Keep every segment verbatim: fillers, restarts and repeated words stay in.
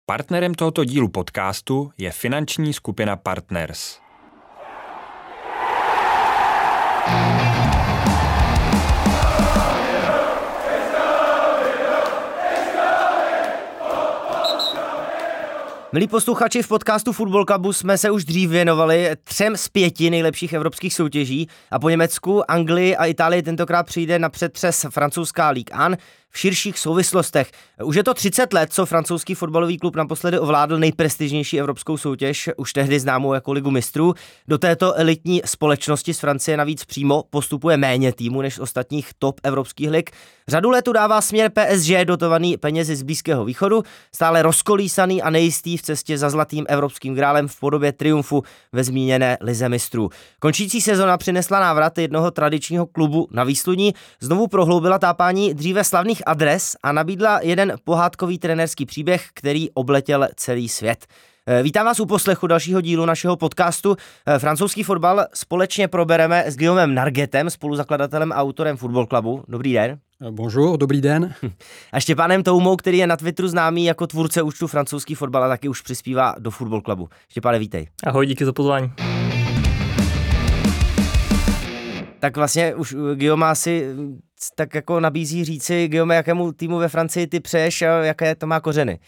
Partnerem tohoto dílu podcastu je finanční skupina Partners. Milí posluchači, v podcastu Football Clubu jsme se už dřív věnovali třem z pěti nejlepších evropských soutěží a po Německu, Anglii a Itálii tentokrát přijde na přetřes francouzská Ligue jedna v širších souvislostech. Už je to třicet let, co francouzský fotbalový klub naposledy ovládl nejprestižnější evropskou soutěž, už tehdy známou jako Ligu mistrů. Do této elitní společnosti z Francie navíc přímo postupuje méně týmů než z ostatních top evropských lig. Řadu let dává směr P S G, dotovaný penězi z Blízkého východu, stále rozkolísaný a nejistý v cestě za zlatým evropským grálem v podobě triumfu ve zmíněné Lize mistrů. Končící sezona přinesla návrat jednoho tradičního klubu na výsluní, znovu prohloubila tápání dříve slavných adres a nabídla jeden pohádkový trenérský příběh, který obletěl celý svět. Vítám vás u poslechu dalšího dílu našeho podcastu. Francouzský fotbal společně probereme s Guillaumem Nargetem, spoluzakladatelem a autorem Football Clubu. Dobrý den. Bonjour, dobrý den. A Štěpánem Toumou, který je na Twitteru známý jako tvůrce účtu Francouzský fotbal a taky už přispívá do Football Clubu. Štěpáne, vítej. Ahoj, díky za pozvání. Tak vlastně už Guillaume si tak jako nabízí říci, Guillaume, jakému týmu ve Francii ty přeješ a jaké to má kořeny?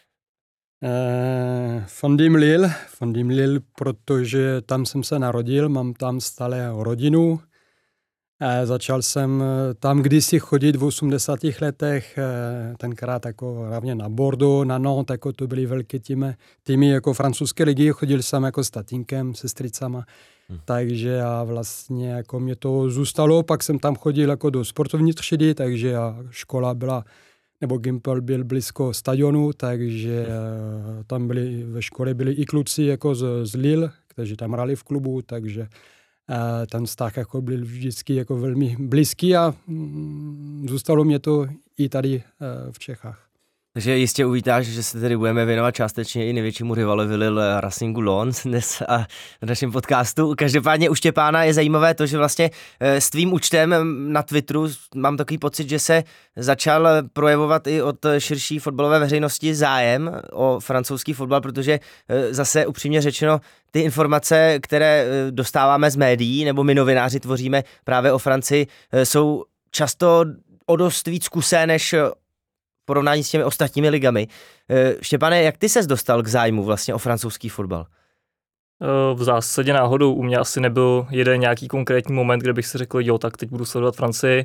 Uh, fandím Lille, fandím Lille, protože tam jsem se narodil, mám tam stále rodinu. Uh, začal jsem tam kdysi chodit v osmdesátých letech, uh, tenkrát jako hlavně na Bordeaux, na Nantes, jako to byly velké týmy, týmy jako francouzské ligy, chodil jsem jako s tatínkem, sestricama. Hmm. Takže a vlastně jako mě to zůstalo, pak jsem tam chodil jako do sportovní třídy, takže a škola byla, nebo Gimpel byl blízko stadionu, takže hmm. tam byli, ve škole byli i kluci jako z, z Lille, kteří tam hráli v klubu, takže a ten vztah jako byl vždycky jako velmi blízký a mm, zůstalo mě to i tady v Čechách. Takže jistě uvítáš, že se tedy budeme věnovat částečně i největšímu rivalovi Lille Racingu Lens dnes a v našem podcastu. Každopádně u Štěpána je zajímavé to, že vlastně s tvým účtem na Twitteru mám takový pocit, že se začal projevovat i od širší fotbalové veřejnosti zájem o francouzský fotbal, protože zase upřímně řečeno ty informace, které dostáváme z médií nebo my novináři tvoříme právě o Francii, jsou často o dost víc kusé než porovnání s těmi ostatními ligami. Štěpane, jak ty ses dostal k zájmu vlastně o francouzský fotbal? V zásadě náhodou. U mě asi nebyl jeden nějaký konkrétní moment, kde bych si řekl, jo, tak teď budu sledovat Francii.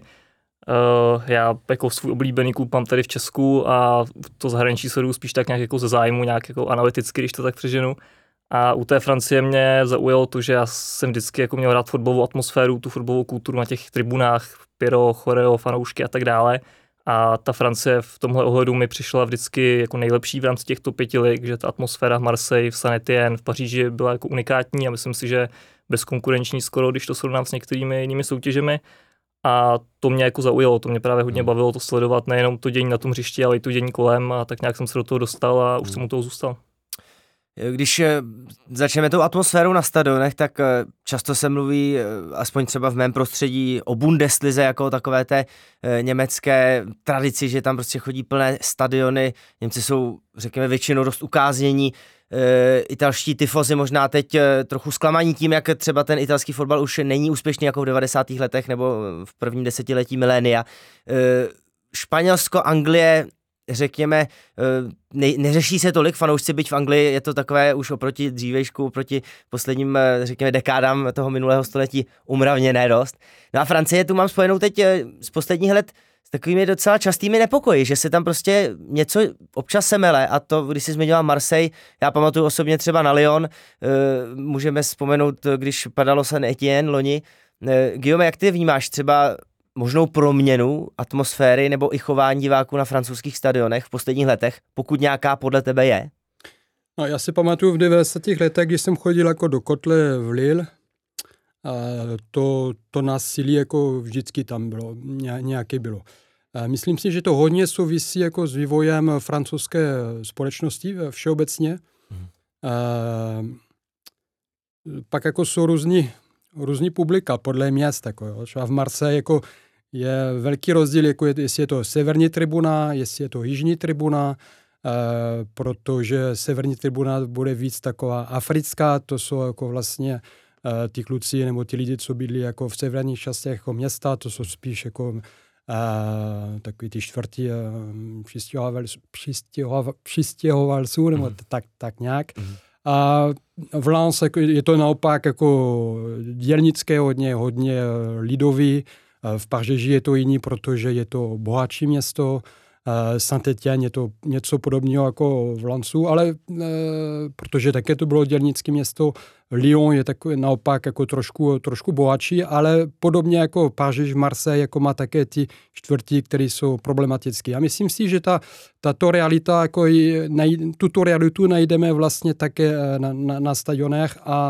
Já jako svůj oblíbený klub mám tady v Česku a to zahraničí sleduju spíš tak nějak jako ze zájmu, nějak jako analyticky, když to tak přeženu. A u té Francie mě zaujalo to, že já jsem vždycky jako měl rád fotbalovou atmosféru, tu fotbalovou kulturu na těch tribunách, pyro, choreo, fanoušky a tak dále. A ta Francie v tomhle ohledu mi přišla vždycky jako nejlepší v rámci těchto pěti lig, že ta atmosféra v Marseille, v Saint-Étienne, v Paříži byla jako unikátní a myslím si, že bezkonkurenční skoro, když to srovnám s některými jinými soutěžemi. A to mě jako zaujalo, to mě právě hodně bavilo to sledovat, nejenom to dění na tom hřišti, ale i to dění kolem a tak nějak jsem se do toho dostal a už jsem u toho zůstal. Když začneme tou atmosférou na stadionech, tak často se mluví, aspoň třeba v mém prostředí, o Bundeslize jako takové té německé tradici, že tam prostě chodí plné stadiony. Němci jsou, řekněme, většinou dost ukáznění. Italští tifozy možná teď trochu zklamaní tím, jak třeba ten italský fotbal už není úspěšný jako v devadesátých letech nebo v prvním desetiletí milénia. Španělsko, Anglie, řekněme, ne, neřeší se tolik fanoušci, byť v Anglii je to takové už oproti dřívejšku, oproti posledním, řekněme, dekádám toho minulého století umravněné dost. No a Francie tu mám spojenou teď z posledních let s takovými docela častými nepokoji, že se tam prostě něco občas semele a to, když jsi zmiňoval Marseille, já pamatuju osobně třeba na Lyon, můžeme vzpomenout, když padalo Saint-Étienne loni. Guillaume, jak ty vnímáš třeba možnou proměnu atmosféry nebo i chování diváků na francouzských stadionech v posledních letech, pokud nějaká podle tebe je? No, já si pamatuju v devadesátých letech, když jsem chodil jako do kotle v Lille, a to, to násilí jako vždycky tam bylo, nějaké bylo. A myslím si, že to hodně souvisí jako s vývojem francouzské společnosti všeobecně. Hmm. A pak jako jsou různí, různí publika podle měst. Jako, jo. Třeba v Marseille jako je velký rozdíl, jako je, jestli je to severní tribuna, jestli je to jižní tribuna. protože severní tribuna bude víc taková africká, to jsou jako vlastně ty kluci nebo ty lidi, co bydlí jako v severních částech jako města, to jsou spíš jako uh, takový ty čtvrtí uh, přistěhovalců, nebo tak, tak nějak. Mm. A v Lens je to naopak jako dělnické, hodně, hodně lidový. V Paříži je to jiný, protože je to bohatší město. Saint-Étienne je to něco podobného jako v Lensu, ale protože také to bylo dělnické město. Lyon je tak naopak jako trošku, trošku bohatší, ale podobně jako Paříž, Marseille, jako má také ty čtvrtí, které jsou problematické. A myslím si, že ta, tato realita, jako nej, tuto realitu najdeme vlastně také na, na, na stadionech a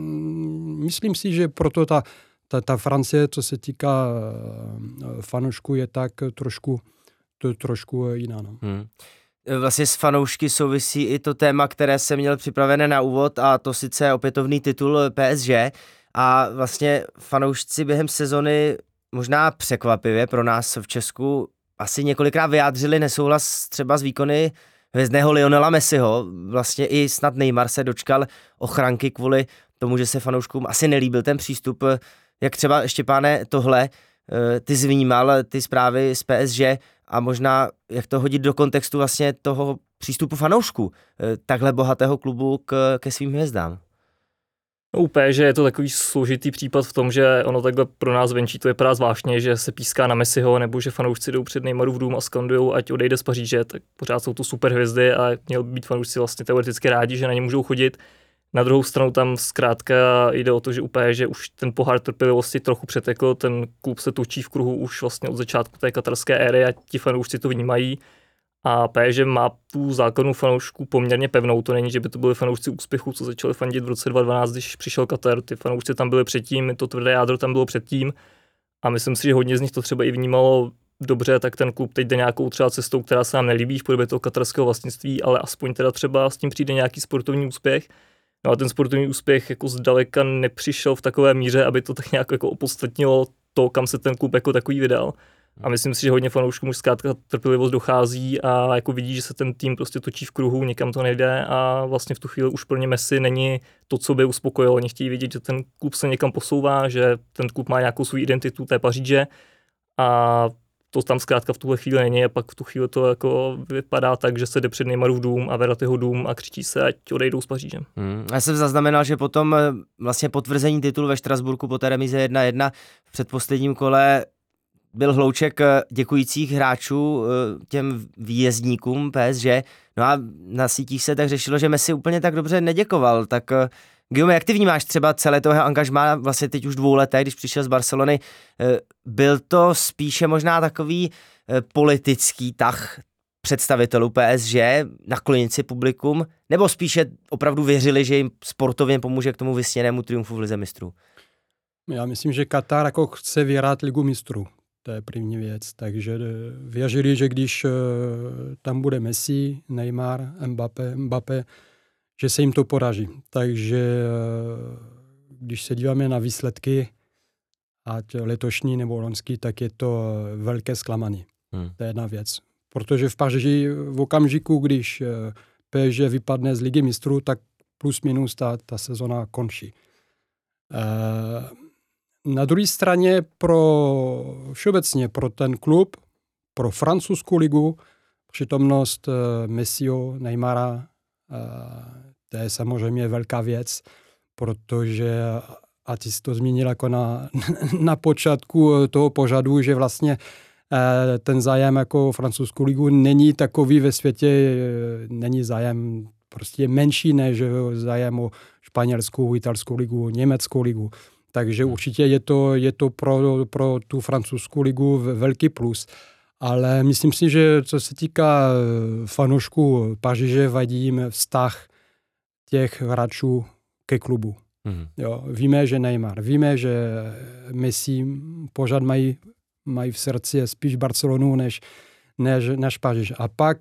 mm, myslím si, že proto ta, ta, ta Francie, co se týká fanoušků, je tak trošku to je trošku jiná. No. Hmm. Vlastně s fanoušky souvisí i to téma, které jsem měl připravené na úvod, a to sice opětovný titul P S G. A vlastně fanoušci během sezony možná překvapivě pro nás v Česku asi několikrát vyjádřili nesouhlas třeba s výkony hvězdného Lionela Messiho. Vlastně i snad Neymar se dočkal ochranky kvůli tomu, že se fanouškům asi nelíbil ten přístup. Jak třeba, Štěpáne, tohle ty zvnímal, ty zprávy z P S G, a možná jak to hodit do kontextu vlastně toho přístupu fanoušků takhle bohatého klubu k, ke svým hvězdám? No, U P S G je to takový složitý případ v tom, že ono takhle pro nás venčí to vypadá zvláštně, že se píská na Messiho, nebo že fanoušci jdou před Neymarův dům a skandujou, ať odejde z Paříže, tak pořád jsou to super hvězdy a měl být fanoušci vlastně teoreticky rádi, že na ně můžou chodit. Na druhou stranu tam zkrátka jde o to, že u P S G už ten pohár trpělivosti trochu přetekl, ten klub se točí v kruhu už vlastně od začátku té katarské éry a ti fanoušci to vnímají. A P S G má tu základnu fanoušků poměrně pevnou, to není, že by to byli fanoušci úspěchu, co začali fandit v roce dva tisíce dvanáct, když přišel Katar. Ty fanoušci tam byli předtím, to tvrdé jádro tam bylo předtím a myslím si, že hodně z nich to třeba i vnímalo dobře, tak ten klub teď jde nějakou třeba cestou, která se nám nelíbí v podobě toho katarského vlastnictví, ale aspoň teda třeba s tím přijde nějaký sportovní úspěch. No a ten sportovní úspěch jako zdaleka nepřišel v takové míře, aby to tak nějak jako opodstatnilo to, kam se ten klub jako takový vydal. A myslím si, že hodně fanoušků už zkrátka trpělivost dochází a jako vidí, že se ten tým prostě točí v kruhu, nikam to nejde a vlastně v tu chvíli už pro ně Messi není to, co by uspokojilo. Oni chtějí vidět, že ten klub se někam posouvá, že ten klub má nějakou svou identitu té Paříže a to tam zkrátka v tuhle chvíli není a pak v tu chvíli to jako vypadá tak, že se jde před Neymarův dům a Verrattiho dům a křičí se, ať odejdou z Paříže. Hmm. Já jsem zaznamenal, že potom vlastně potvrzení titulu ve Štrasburku po té remíze jedna jedna v předposledním kole byl hlouček děkujících hráčů těm výjezdníkům P S G. No a na sítích se tak řešilo, že Messi úplně tak dobře neděkoval. Tak Guillaume, jak ty vnímáš třeba celé toho angažmá, vlastně teď už dvouleté, když přišel z Barcelony, byl to spíše možná takový politický tah představitelů P S G, naklonit si publikum, nebo spíše opravdu věřili, že jim sportovně pomůže k tomu vysněnému triumfu v Lize mistrů? Já myslím, že Katar jako chce vyhrát Ligu mistrů. To je první věc. Takže věřili, že když tam bude Messi, Neymar, Mbappé, Mbappé, že se jim to podaří. Takže když se díváme na výsledky, ať letošní nebo loňský, tak je to velké zklamání. Hmm. To je jedna věc. Protože v Paříži v okamžiku, když P S G vypadne z Ligy mistrů, tak plus minus ta, ta sezona končí. Na druhé straně pro všeobecně pro ten klub, pro francouzskou ligu, přítomnost Messiho, Neymara, to je samozřejmě velká věc, protože, a ty jsi to zmínil jako na, na počátku toho pořadu, že vlastně ten zájem jako francouzskou ligu není takový ve světě, není zájem prostě menší než zájem o španělskou, italskou ligu, německou ligu. Takže určitě je to, je to pro, pro tu francouzskou ligu velký plus. Ale myslím si, že co se týká fanoušků Paříže, vadí jim vztah těch hráčů ke klubu. Mm. Jo, víme, že Neymar, víme, že Messi pořád mají, mají v srdci spíš Barcelonu než, než, než Paříž. A pak,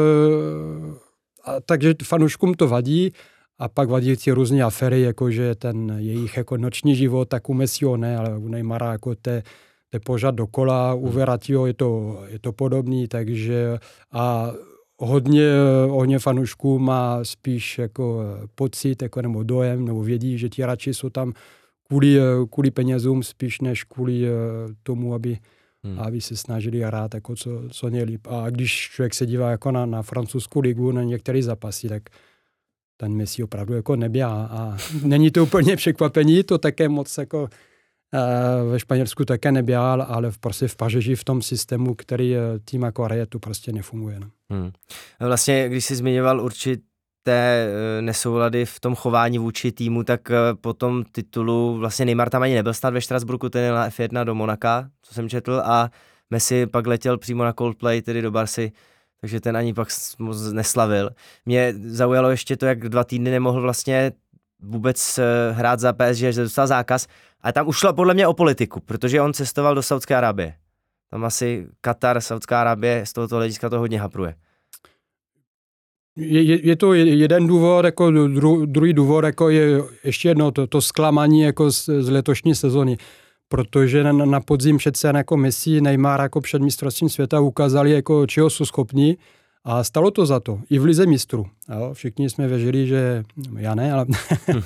a, takže fanouškům to vadí. A pak vadí ty různé aféry, jakože ten jejich jako noční život, tak u Messiho ne, ale u Neymara jako te, te pořád dokola, u Verrattiho je to, je to podobný, takže a hodně, hodně fanoušků má spíš jako pocit, jako nebo dojem, nebo vědí, že ti hráči jsou tam kvůli, kvůli penězům spíš než kvůli tomu, aby, hmm. aby se snažili hrát jako co, co nejlíp. A když člověk se dívá jako na, na francouzskou ligu, na některé zápasy, tak ten Messi opravdu jako neběhá. A není to úplně překvapení, to také moc jako ve Španělsku také neběhal, ale prostě v Paříži v tom systému, který tým jako hraje, to prostě nefunguje. No. Hmm. Vlastně, když jsi zmiňoval určité nesoulady v tom chování vůči týmu, tak po tom titulu vlastně Neymar tam ani nebyl stát ve Štrasburku, ten jel na F jedna do Monaka, co jsem četl, a Messi pak letěl přímo na Coldplay, tedy do Barcy, takže ten ani pak moc neslavil. Mě zaujalo ještě to, jak dva týdny nemohl vlastně vůbec hrát za P S G, že dostal zákaz. A tam už šlo podle mě o politiku, protože on cestoval do Saudské Arábie. Tam asi Katar, Saudská Arábie, z tohoto hlediska to hodně hapruje. Je, je to jeden důvod, jako dru, druhý důvod, jako je ještě jedno, to, to zklamání jako z, z letošní sezony. Protože na, na podzim přece jako Messi, Neymar jako před mistrovstvím světa ukázali, jako čeho jsou schopni. A stalo to za to, i v lize mistrů. Jo, všichni jsme věřili, že, já ne, ale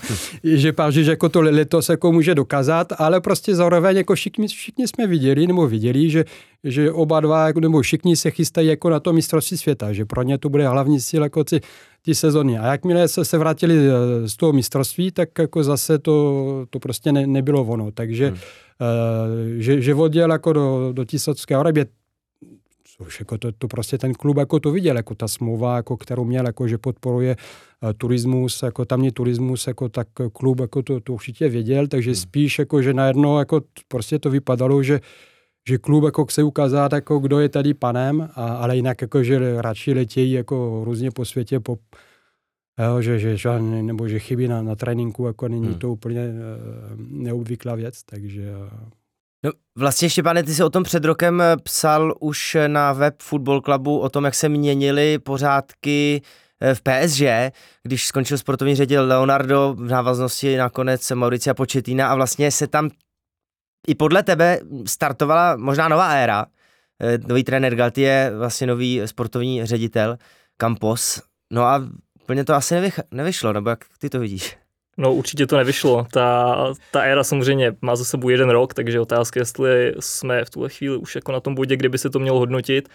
že Paříž jako to letos jako může dokázat, ale prostě zároveň jako všichni, všichni jsme viděli, nebo viděli, že, že oba dva, nebo všichni se chystají jako na to mistrovství světa, že pro ně to bude hlavní cíl jako ty, ty sezony. A jakmile se, se vrátili z toho mistrovství, tak jako zase to, to prostě ne, nebylo ono. Takže, hmm. uh, že, že odjel jako do, do té Saudské Arábie, už jako to, to prostě ten klub jako to viděl, jako ta smlouva, jako kterou měl, jako že podporuje uh, turismus, jako tamní turismus, jako tak klub jako to, to určitě věděl, takže hmm. spíš jako, že najednou jako prostě to vypadalo, že, že klub jako chce ukázat, jako kdo je tady panem, a, ale jinak jako, že radši letějí jako různě po světě, po, jo, že, že, že, nebo že chybí na, na tréninku, jako není hmm. to úplně uh, neobvyklá věc, takže... Uh, No, vlastně, Štěpáne, ty jsi o tom před rokem psal už na web Football Clubu o tom, jak se měnily pořádky v P S G, když skončil sportovní ředitel Leonardo v návaznosti nakonec Mauricia Pochettina, a vlastně se tam i podle tebe startovala možná nová éra. Nový trenér Galtier je vlastně nový sportovní ředitel Campos. No a úplně to asi nevych, nevyšlo, nebo jak ty to vidíš? No určitě to nevyšlo. Ta, ta éra samozřejmě má za sebou jeden rok, takže otázka, jestli jsme v tuhle chvíli už jako na tom bodě, kdyby se to mělo hodnotit,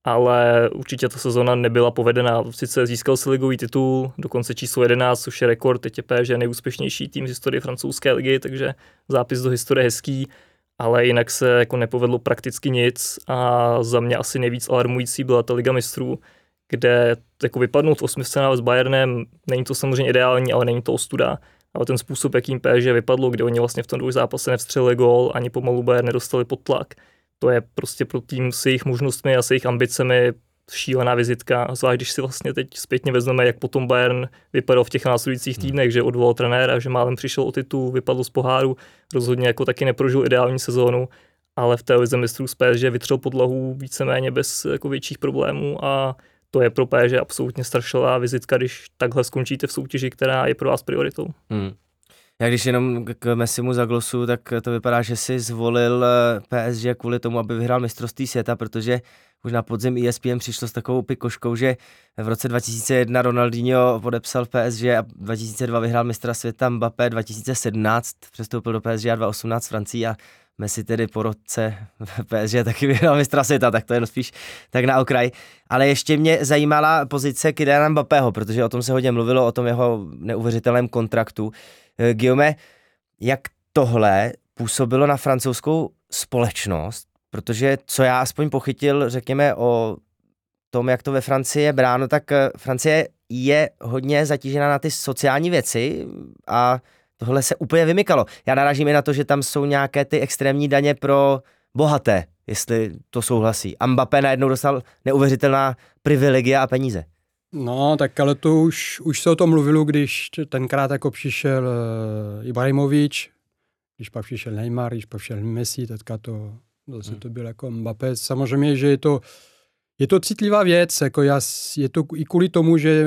ale určitě ta sezona nebyla povedená. Sice získal si ligový titul, dokonce číslo jedenáct, což je rekord, teď je P S G nejúspěšnější tým z historie francouzské ligy, takže zápis do historie hezký, ale jinak se jako nepovedlo prakticky nic a za mě asi nejvíc alarmující byla ta Liga mistrů, kde jako vypadnout v osmifinále s Bayernem, není to samozřejmě ideální, ale není to ostuda. Ale ten způsob, jakým P S G vypadlo, kde oni vlastně v tom druhém zápase nevstřelili gól, ani pomalu Bayern nedostali pod tlak, to je prostě pro tým s jejich možnostmi a s jejich ambicemi šílená vizitka. Zvlášť když si vlastně teď zpětně vezmeme, jak potom Bayern vypadal v těch následujících týdnech, že odvolal trenéra, že málem přišel o titul, vypadl z poháru, rozhodně jako taky neprožil ideální sezónu, ale v té lize mistrů z P S G vytřel podlahu víceméně bez jako větších problémů a to je pro P S G absolutně strašlivá vizitka, když takhle skončíte v soutěži, která je pro vás prioritou. Hmm. Já když jenom k Messimu zaglosu, tak to vypadá, že si zvolil P S G kvůli tomu, aby vyhrál mistrovství světa, protože už na podzim E S P N přišlo s takovou pikoškou, že v roce dva tisíce jedna Ronaldinho podepsal v P S G a dva tisíce dva vyhrál mistra světa Mbappé, dva tisíce sedmnáct přestoupil do P S G a dva tisíce osmnáct Francii a Messi tedy po roce v P S G taky vyhrál mistra světa, tak to je spíš tak na okraj. Ale ještě mě zajímala pozice Kyliana Mbappého, protože o tom se hodně mluvilo, o tom jeho neuvěřitelném kontraktu. Guillaume, jak tohle působilo na francouzskou společnost, protože co já aspoň pochytil, řekněme, o tom, jak to ve Francii je bráno, tak Francie je hodně zatížena na ty sociální věci a tohle se úplně vymykalo. Já narážím i na to, že tam jsou nějaké ty extrémní daně pro bohaté, jestli to souhlasí. A Mbappé najednou dostal neuvěřitelná privilegia a peníze. No, tak ale to už, už se o tom mluvilo, když tenkrát jako přišel uh, Ibrahimovič, když pak přišel Neymar, když pak přišel Messi, teďka to, zase to byl jako Mbappé. Samozřejmě, že je to, je to citlivá věc, jako já, je to i kvůli tomu, že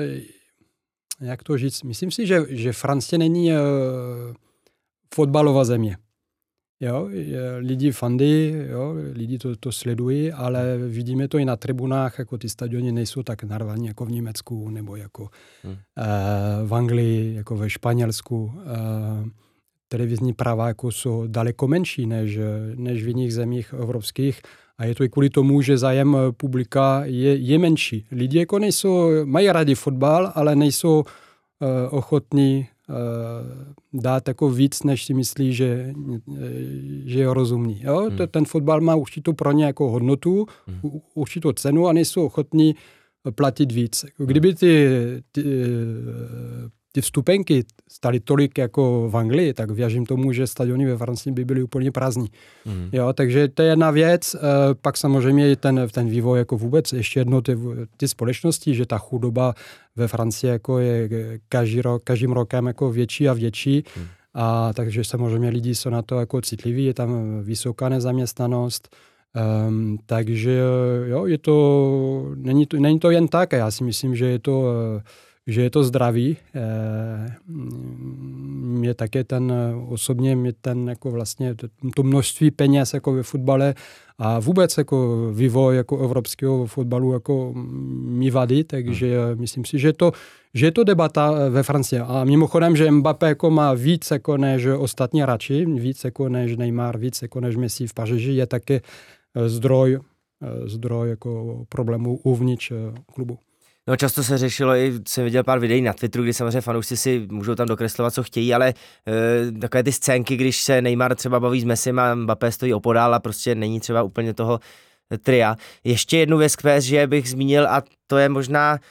jak to říct, myslím si, že, že Francie není uh, fotbalová země. Jo, lidi fandy, jo, lidi to, to sledují, ale vidíme to i na tribunách, jako ty stadiony nejsou tak narvaní jako v Německu nebo jako hmm. uh, v Anglii, jako ve Španělsku. Uh, televizní práva jako jsou daleko menší než, než v jiných zemích evropských a je to i kvůli tomu, že zájem publika je, je menší. Lidi jako nejsou, mají rádi fotbal, ale nejsou uh, ochotní dát jako víc, než si myslí, že, že je rozumný. Jo? Hmm. Ten fotbal má určitou pro ně jako hodnotu, hmm. určitou cenu a nejsou ochotní platit víc. Kdyby ty, ty, ty vstupenky staly tolik jako v Anglii, tak věřím tomu, že stadiony ve Francii by byly úplně prázdní. Hmm. Jo? Takže to je jedna věc. Pak samozřejmě je ten, ten vývoj jako vůbec ještě jedno ty, ty společnosti, že ta chudoba ve Francii jako je každý rok, každým rokem jako větší a větší. Hmm. A takže samozřejmě lidi jsou na to jako citliví, je tam vysoká nezaměstnanost. Um, takže jo, je to, není to, není to jen tak. Já si myslím, že je to že je to zdraví. Mě také ten, osobně mě ten jako vlastně to množství peněz jako ve fotbale a vůbec jako vývoj jako evropského fotbalu jako mi vadí, takže hmm. myslím si, že to, že je to debata ve Francii. A mimochodem, že Mbappé jako má víc jako než ostatní hráči, víc jako než Neymar, víc jako než Messi v Paříži, je také zdroj, zdroj jako problémů uvnitř klubu. No často se řešilo, i jsem viděl pár videí na Twitteru, kdy samozřejmě fanoušci si můžou tam dokreslovat, co chtějí, ale e, takové ty scénky, když se Neymar třeba baví s Messim a Mbappé stojí opodál a prostě není třeba úplně toho tria. Ještě jednu věc k P S G bych zmínil a to je možná e,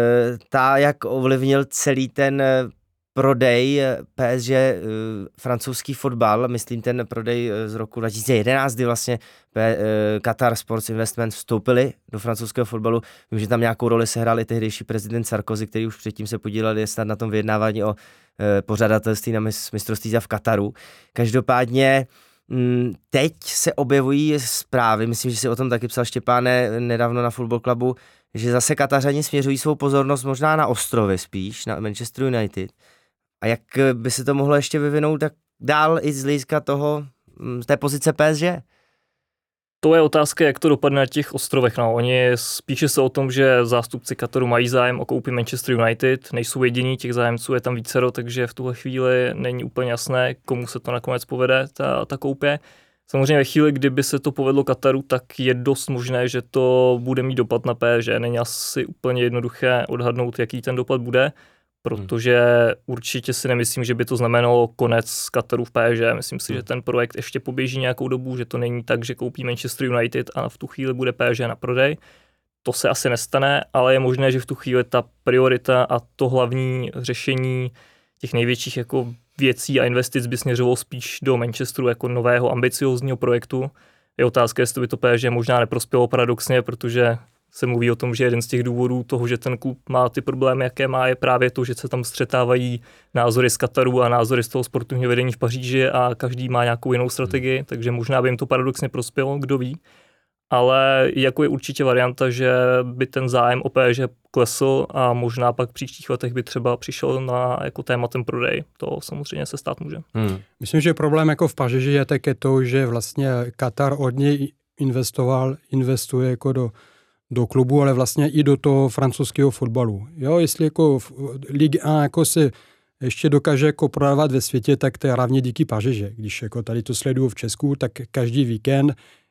ta, jak ovlivnil celý ten prodej P S G e, francouzský fotbal, myslím ten prodej z roku dva tisíce jedenáct, kdy vlastně P, e, Qatar Sports Investment vstoupili do francouzského fotbalu. Vím, že tam nějakou roli sehrál i tehdejší prezident Sarkozy, který už předtím se podílel snad na tom vyjednávání o e, pořadatelství na mistrovství v Kataru. Každopádně m, teď se objevují zprávy, myslím, že si o tom taky psal Štěpáne nedávno na Football Clubu, že zase Katařani směřují svou pozornost možná na ostrovy spíš, na Manchester United. A jak by se to mohlo ještě vyvinout tak dál i z hlediska toho, z té pozice P S G? To je otázka, jak to dopadne na těch ostrovech. No, oni spíše se o tom, že zástupci Kataru mají zájem o koupit Manchester United, nejsou jediní, těch zájemců je tam vícero, takže v tuhle chvíli není úplně jasné, komu se to nakonec povede, ta, ta koupě. Samozřejmě ve chvíli, kdyby se to povedlo Kataru, tak je dost možné, že to bude mít dopad na P S G. Není asi úplně jednoduché odhadnout, jaký ten dopad bude, protože určitě si nemyslím, že by to znamenalo konec Kataru v P S G. Myslím si, že ten projekt ještě poběží nějakou dobu, že to není tak, že koupí Manchester United a v tu chvíli bude P S G na prodej. To se asi nestane, ale je možné, že v tu chvíli ta priorita a to hlavní řešení těch největších jako věcí a investic by směřovalo spíš do Manchesteru jako nového ambiciozního projektu. Je otázka, jestli by to P S G možná neprospělo paradoxně, protože se mluví o tom, že jeden z těch důvodů toho, že ten klub má ty problémy, jaké má, je právě to, že se tam střetávají názory z Kataru a názory z toho sportovního vedení v Paříži a každý má nějakou jinou strategii, takže možná by jim to paradoxně prospělo, kdo ví. Ale jako je určitě varianta, že by ten zájem o P S G klesl a možná pak v příštích letech by třeba přišel na jako tématem prodej. To samozřejmě se stát může. Hmm. Myslím, že problém jako v Paříži je také to, že vlastně Katar od něj investoval, investuje jako do do klubu, ale vlastně i do toho francouzského fotbalu. Jo, jestli jako Ligue jedna jako se ještě dokáže jako prodávat ve světě, tak to je hlavně díky Paříži. Když jako tady to sleduju v Česku, tak každý víkend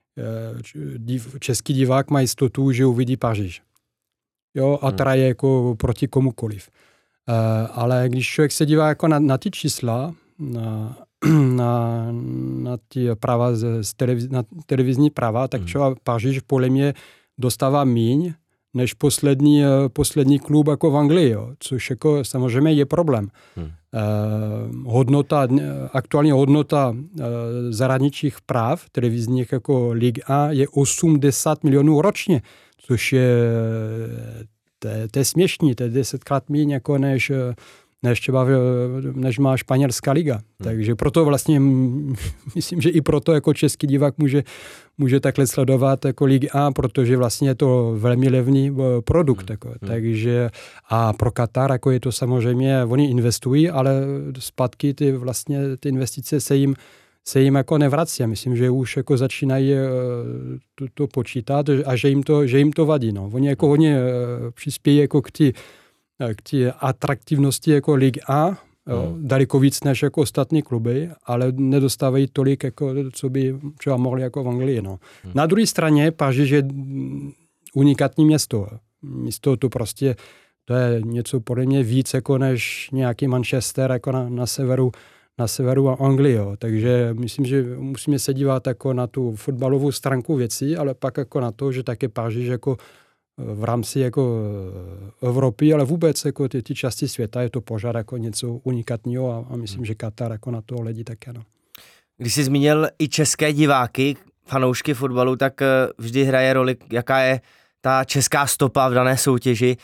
český divák má jistotu, že uvidí Paříž. Jo, a teda je jako proti komukoliv. Ale když člověk se dívá jako na, na ty čísla, na, na, na ty práva z televiz, na televizní práva, tak třeba Paříž podle mě dostává míň než poslední, poslední klub jako v Anglii, jo, což jako samozřejmě je problém. Hmm. Eh, hodnota, aktuální hodnota eh, zahraničních práv televizních jako Ligue jedna je osmdesát milionů ročně, což je, to je, to je směšný, to je desetkrát míň jako než než třeba než má španělská liga. Hmm. Takže proto vlastně myslím, že i proto jako český divák může, může takhle sledovat jako Ligue jedna, protože vlastně je to velmi levný produkt. Hmm. Jako. Hmm. Takže a pro Katar jako je to samozřejmě, oni investují, ale zpátky ty vlastně ty investice se jim se jim jako nevrací. Myslím, že už jako začínají to, to počítat a že jim to, že jim to vadí. No. Oni jako hodně přispějí jako k té k té atraktivnosti jako Ligue A, jo, hmm. daleko víc než jako ostatní kluby, ale nedostávají tolik, jako, co by třeba mohli jako v Anglii. No. Hmm. Na druhé straně Paříž je unikátní město. Město to prostě, to je něco podle mě víc jako než nějaký Manchester jako na, na severu na severu Anglie. Jo. Takže myslím, že musíme se dívat jako na tu fotbalovou stránku věcí, ale pak jako na to, že také Paříž jako v rámci jako Evropy, ale vůbec jako ty, ty části světa je to pořád jako něco unikátního a, a myslím, že Katar jako na to hledí také. No. Když jsi zmínil i české diváky, fanoušky fotbalu, tak vždy hraje roli, jaká je ta česká stopa v dané soutěži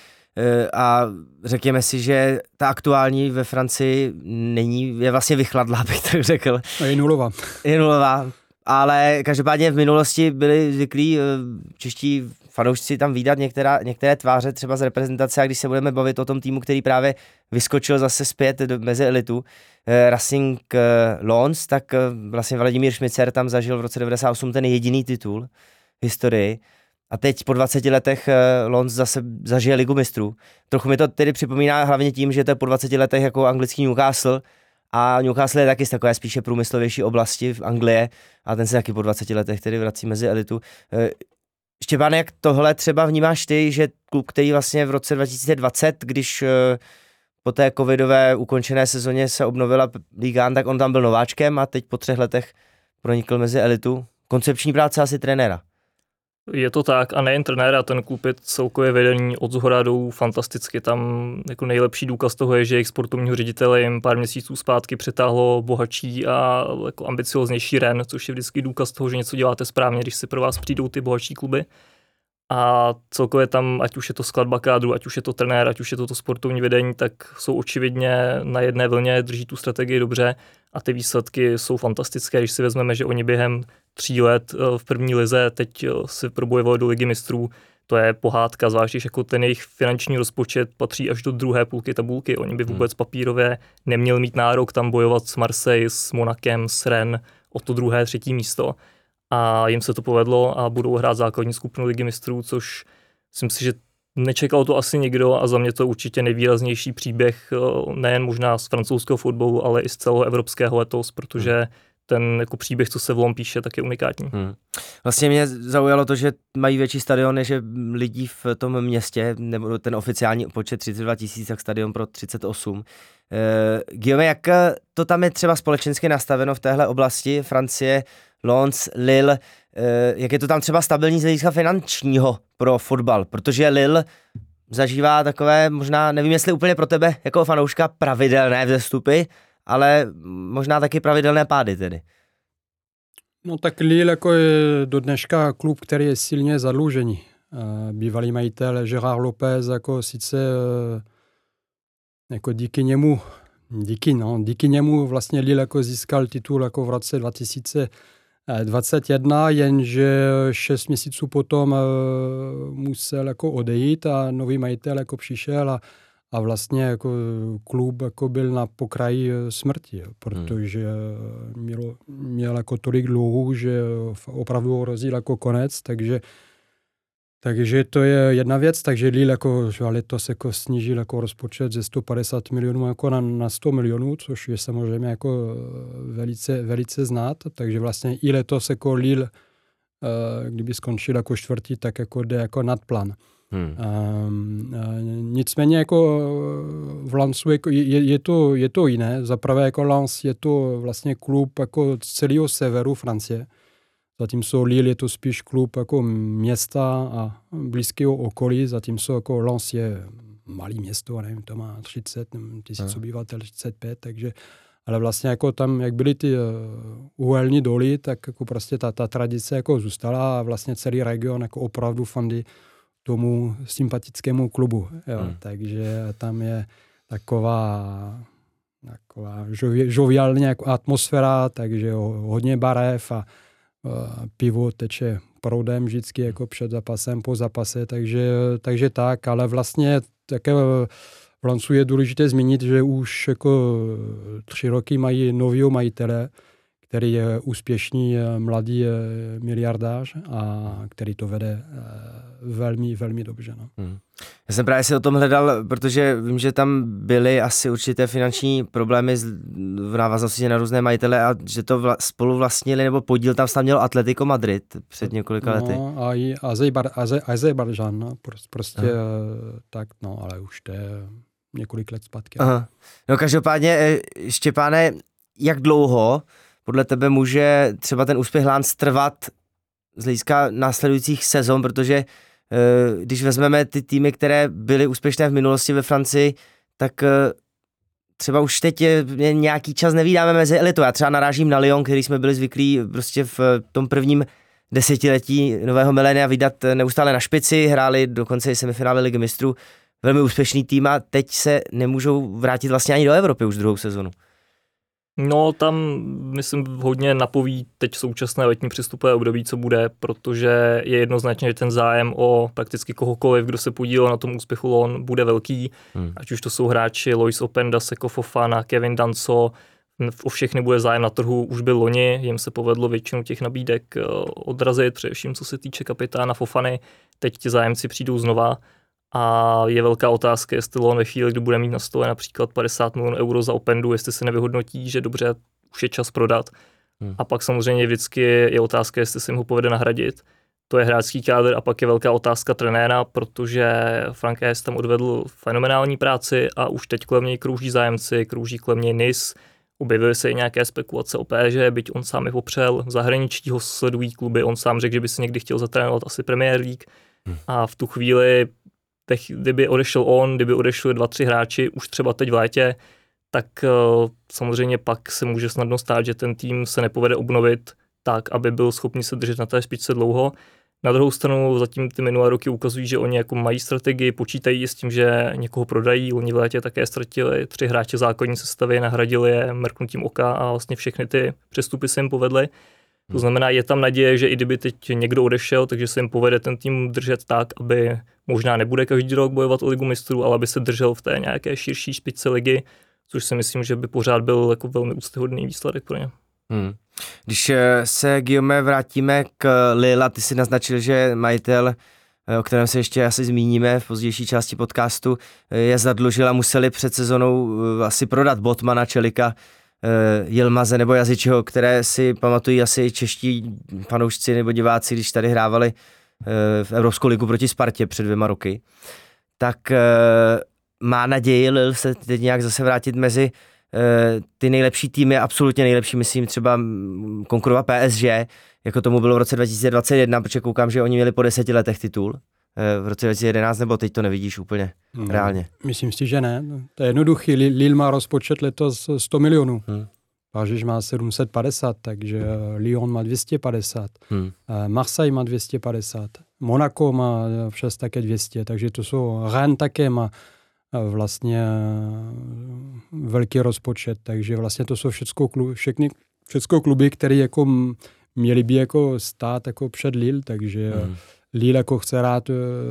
a řekněme si, že ta aktuální ve Francii není, je vlastně vychladlá, bych tak řekl. No je nulová. Je nulová, ale každopádně v minulosti byli zvyklí čeští fanoušci tam vídat některá, některé tváře třeba z reprezentace, a když se budeme bavit o tom týmu, který právě vyskočil zase zpět do, mezi elitu, eh, Racing eh, Lens, tak eh, vlastně Vladimír Šmicer tam zažil v roce devadesát osm ten jediný titul v historii a teď po dvaceti letech eh, Lens zase zažije Ligu mistrů. Trochu mi to tedy připomíná hlavně tím, že to je po dvaceti letech jako anglický Newcastle a Newcastle je taky z takové spíše průmyslovější oblasti v Anglie a ten se taky po dvaceti letech tedy vrací mezi elitu. Eh, Štěpán, jak tohle třeba vnímáš ty, že klub, který vlastně v roce dva tisíce dvacet, když po té covidové ukončené sezóně se obnovila Liga, tak on tam byl nováčkem a teď po třech letech pronikl mezi elitu. Koncepční práce asi trenéra. Je to tak a nejen trenéra, ten klub je celkově vedený od zhora dolů fantasticky. Tam jako nejlepší důkaz toho je, že jejich sportovního ředitele jim pár měsíců zpátky přetáhlo bohatší a jako ambicioznější Rennes, což je vždycky důkaz toho, že něco děláte správně, když si pro vás přijdou ty bohatší kluby. A celkově tam, ať už je to skladba kádru, ať už je to trenér, ať už je to to sportovní vedení, tak jsou očividně na jedné vlně, drží tu strategii dobře a ty výsledky jsou fantastické, když si vezmeme, že oni během tří let v první lize teď si probojovali do Ligy mistrů, to je pohádka, zvlášť když jako ten jejich finanční rozpočet patří až do druhé půlky tabulky. Oni by vůbec papírově neměli mít nárok tam bojovat s Marseille, s Monakem, s Rennes o to druhé, třetí místo. A jim se to povedlo a budou hrát základní skupinu Ligy mistrů, což myslím si, že nečekal to asi nikdo a za mě to je určitě nejvýraznější příběh nejen možná z francouzského fotbalu, ale i z celého evropského letos, protože ten jako příběh, co se v Lom píše, tak je unikátní. Hmm. Vlastně mě zaujalo to, že mají větší stadion než lidí v tom městě, nebo ten oficiální počet třicet dva tisíc, tak stadion pro třicet osm. E, Guillaume, jak to tam je třeba společensky nastaveno v téhle oblasti Francie, Lens, Lille, e, jak je to tam třeba stabilní z hlediska finančního pro fotbal, protože Lille zažívá takové, možná, nevím jestli úplně pro tebe jako fanouška pravidelné vzestupy, ale možná taky pravidelné pády tedy. No tak Lille jako je do dneška klub, který je silně zadlužený. Bývalý majitel Gérard Lopez jako sice jako díky němu, díky, no, díky němu vlastně Lille jako získal titul jako v roce dva tisíce dvacet jedna, jenže šest měsíců potom musel jako odejít a nový majitel jako přišel a A vlastně jako klub jako byl na pokraji smrti, protože měl, měl jako tolik dluhů, že opravdu hrozil jako konec, takže, takže to je jedna věc, takže Lille jako letos jako snížil jako rozpočet ze sto padesát milionů jako na, na sto milionů, což je samozřejmě jako velice, velice znát, takže vlastně i letos jako Lille, kdyby skončil jako čtvrtý, tak jako jde jako nad plán. Hmm. A, a, nicméně jako v Lensu jako je, je, to, je to jiné. Zaprvé jako Lens je to vlastně klub jako celého severu Francie. Zatímco Lille je to spíš klub jako města a blízkého okolí. Zatímco jako Lens je malý město, nevím, to má třicet tisíc obyvatel, třicet pět, takže ale vlastně jako tam, jak byly ty uhelní doly, tak jako prostě ta, ta tradice jako zůstala a vlastně celý region jako opravdu fandí tomu sympatickému klubu. Jo. Hmm. Takže tam je taková, taková žoviální jako atmosféra, takže hodně barev a, a pivo teče proudem vždycky jako před zápasem, po zápase, takže, takže tak, ale vlastně také v Lensu je důležité zmínit, že už jako tři roky mají nového majitele, který je úspěšný mladý miliardář a který to vede velmi, velmi dobře. No. Hmm. Já jsem právě si o tom hledal, protože vím, že tam byly asi určité finanční problémy v návaznosti na různé majitele a že to vla, spolu vlastnili, nebo podíl tam tam měl Atletico Madrid před několika no, lety. A i Azerbajdžán, no, prostě uh, tak, no, ale už to je několik let zpátky. Aha. No každopádně, Štěpáne, jak dlouho podle tebe může třeba ten úspěch Lens trvat z hlediska následujících sezon, protože když vezmeme ty týmy, které byly úspěšné v minulosti ve Francii, tak třeba už teď je nějaký čas nevídáme mezi elitou. Já třeba narážím na Lyon, který jsme byli zvyklí prostě v tom prvním desetiletí nového milénia vydat neustále na špici, hráli dokonce i semifinále Ligy mistrů, velmi úspěšný tým a teď se nemůžou vrátit vlastně ani do Evropy už druhou sezonu. No tam, myslím, hodně napoví teď současné letní přestupové období, co bude, protože je jednoznačně, že ten zájem o prakticky kohokoliv, kdo se podílel na tom úspěchu Lyon, bude velký. Hmm. Ať už to jsou hráči Lois Openda, Seko Fofana, Kevin Danso, o všechny bude zájem na trhu, už byl loni, jim se povedlo většinu těch nabídek odrazit, především co se týče kapitána Fofany, teď ti zájemci přijdou znova. A je velká otázka, jestli Lyon ve chvíli, kdy bude mít na stole například padesát milionů euro za Opendu, jestli se nevyhodnotí, že dobře, už je čas prodat. Hmm. A pak samozřejmě vždycky je otázka, jestli se jim ho povede nahradit. To je hráčský kádr a pak je velká otázka trenéra, protože Frank Hes tam odvedl fenomenální práci a už teď kolem něj krouží zájemci, krouží kolem něj Nice. Objevily se i nějaké spekulace o P S G, byť on sám je popřel. V zahraničí ho sledují kluby, on sám řekl, že by se někdy chtěl zatrénovat asi Premier League. Hmm. A v tu chvíli kdyby odešel on, kdyby odešli dva, tři hráči, už třeba teď v létě, tak uh, samozřejmě pak se může snadno stát, že ten tým se nepovede obnovit tak, aby byl schopný se držet na té špičce dlouho. Na druhou stranu zatím ty minulé roky ukazují, že oni jako mají strategii, počítají s tím, že někoho prodají. Oni v létě také ztratili tři hráče základní sestavy, nahradili je mrknutím oka a vlastně všechny ty přestupy se jim povedly. To znamená, je tam naděje, že i kdyby teď někdo odešel, takže se jim povede ten tým držet tak, aby možná nebude každý rok bojovat o Ligu mistrů, ale aby se držel v té nějaké širší špičce ligy, což si myslím, že by pořád byl jako velmi úctyhodný výsledek pro ně. Hmm. Když se, Guillaume, vrátíme k Lille, ty si naznačil, že majitel, o kterém se ještě asi zmíníme v pozdější části podcastu, je zadlužil a museli před sezonou asi prodat Botmana, Čelika, Yilmaze nebo Jazyčeho, které si pamatují asi čeští fanoušci nebo diváci, když tady hrávali v Evropskou ligu proti Spartě před dvěma roky. Tak má naději Lille se teď nějak zase vrátit mezi ty nejlepší týmy, absolutně nejlepší, myslím třeba konkurovat P S G, jako tomu bylo v roce dva tisíce dvacet jedna, protože koukám, že oni měli po deseti letech titul. V roce dva tisíce jedenáct, nebo teď to nevidíš úplně no, reálně? Myslím si, že ne. To je jednoduchý. Lille má rozpočet letos sto milionů. Hmm. Paříž má sedm set padesát, takže hmm. Lyon má dvě stě padesát. Hmm. Marseille má dvě stě padesát. Monaco má všas také dvě stě, takže to jsou... Rennes také má vlastně velký rozpočet, takže vlastně to jsou všechno kluby, všechny, všechno kluby, které jako měly by jako stát jako před Lille, takže hmm. Lille jako chce rád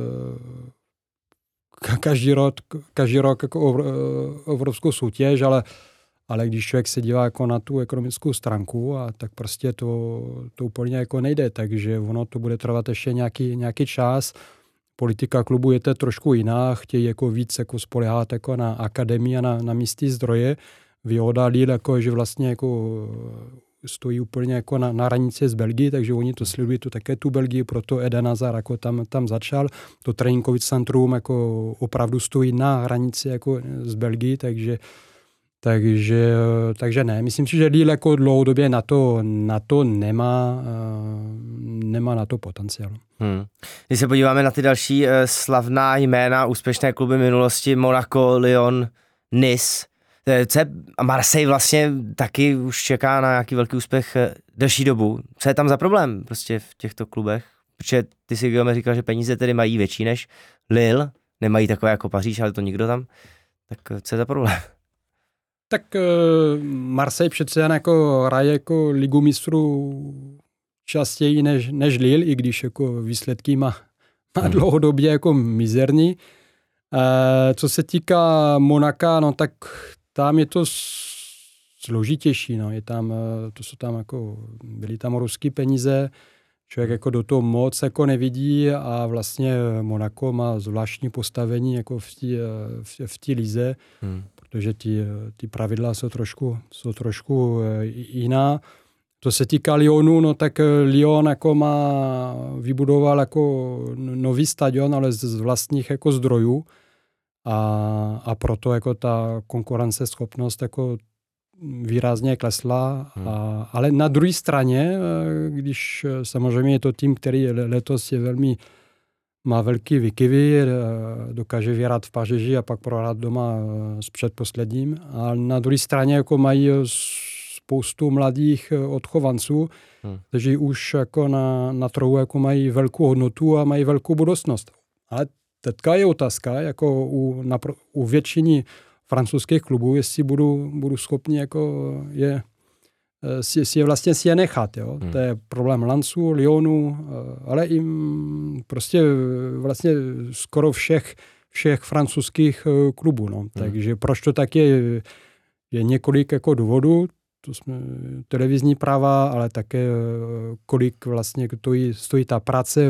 každý rok, každý rok jako evropskou soutěž, ale, ale když člověk se dívá jako na tu ekonomickou stránku, a tak prostě to, to úplně jako nejde, takže ono to bude trvat ještě nějaký, nějaký čas. Politika klubu je to trošku jiná, chtějí jako víc jako spoléhat jako na akademii a na, na místní zdroje. Výhoda Lille jako, že vlastně jako stojí úplně jako na, na hranici z Belgii, takže oni to sledují tu také tu Belgii, proto Eden Hazard jako tam, tam začal. To tréninkové centrum jako opravdu stojí na hranici jako z Belgii, takže, takže, takže ne. Myslím si, že Lille jako dlouhodobě na to, na to nemá, nemá na to potenciál. Hmm. Když se podíváme na ty další uh, slavná jména, úspěšné kluby minulosti, Monaco, Lyon, Nice, Co je, a Marseille vlastně taky už čeká na nějaký velký úspěch delší dobu. Co je tam za problém prostě v těchto klubech? Protože ty si, Guillaume, říkal, že peníze tedy mají větší než Lille, nemají takové jako Paříž, ale to nikdo tam. Tak co je za problém? Tak uh, Marseille přece jen jako hraje jako Ligu mistrů častěji než, než Lille, i když jako výsledky má, má hmm. dlouhodobě jako mizerný. Uh, co se týká Monaka, no tak tam je to složitější. No. Je tam, to jsou tam jako, byly tam ruský peníze, člověk jako do toho moc jako nevidí a vlastně Monaco má zvláštní postavení jako v té v, v lize, hmm. protože ty, ty pravidla jsou trošku, jsou trošku jiná. To se týká Lyonu, no tak Lyon jako má, vybudoval jako nový stadion, ale z vlastních jako zdrojů a, a proto jako ta konkurenceschopnost jako výrazně klesla. Hmm. A, ale na druhé straně, když samozřejmě je to tým, který letos je velmi, má velký výkyvy, dokáže vyhrát v Paříži a pak prohrát doma s předposledním. A na druhé straně jako mají spoustu mladých odchovanců, hmm. kteří už jako na, na trhu jako mají velkou hodnotu a mají velkou budoucnost. Ale teďka je otázka, jako u, na, u většiny francouzských klubů, jestli budu, budu schopni jako je, si, si je vlastně si je nechat. Jo? Hmm. To je problém Lancu, Lyonu, ale i prostě vlastně skoro všech, všech francouzských klubů. No. Hmm. Takže proč to tak je, je několik jako důvodů. To jsme televizní práva, ale také kolik vlastně stojí, stojí ta práce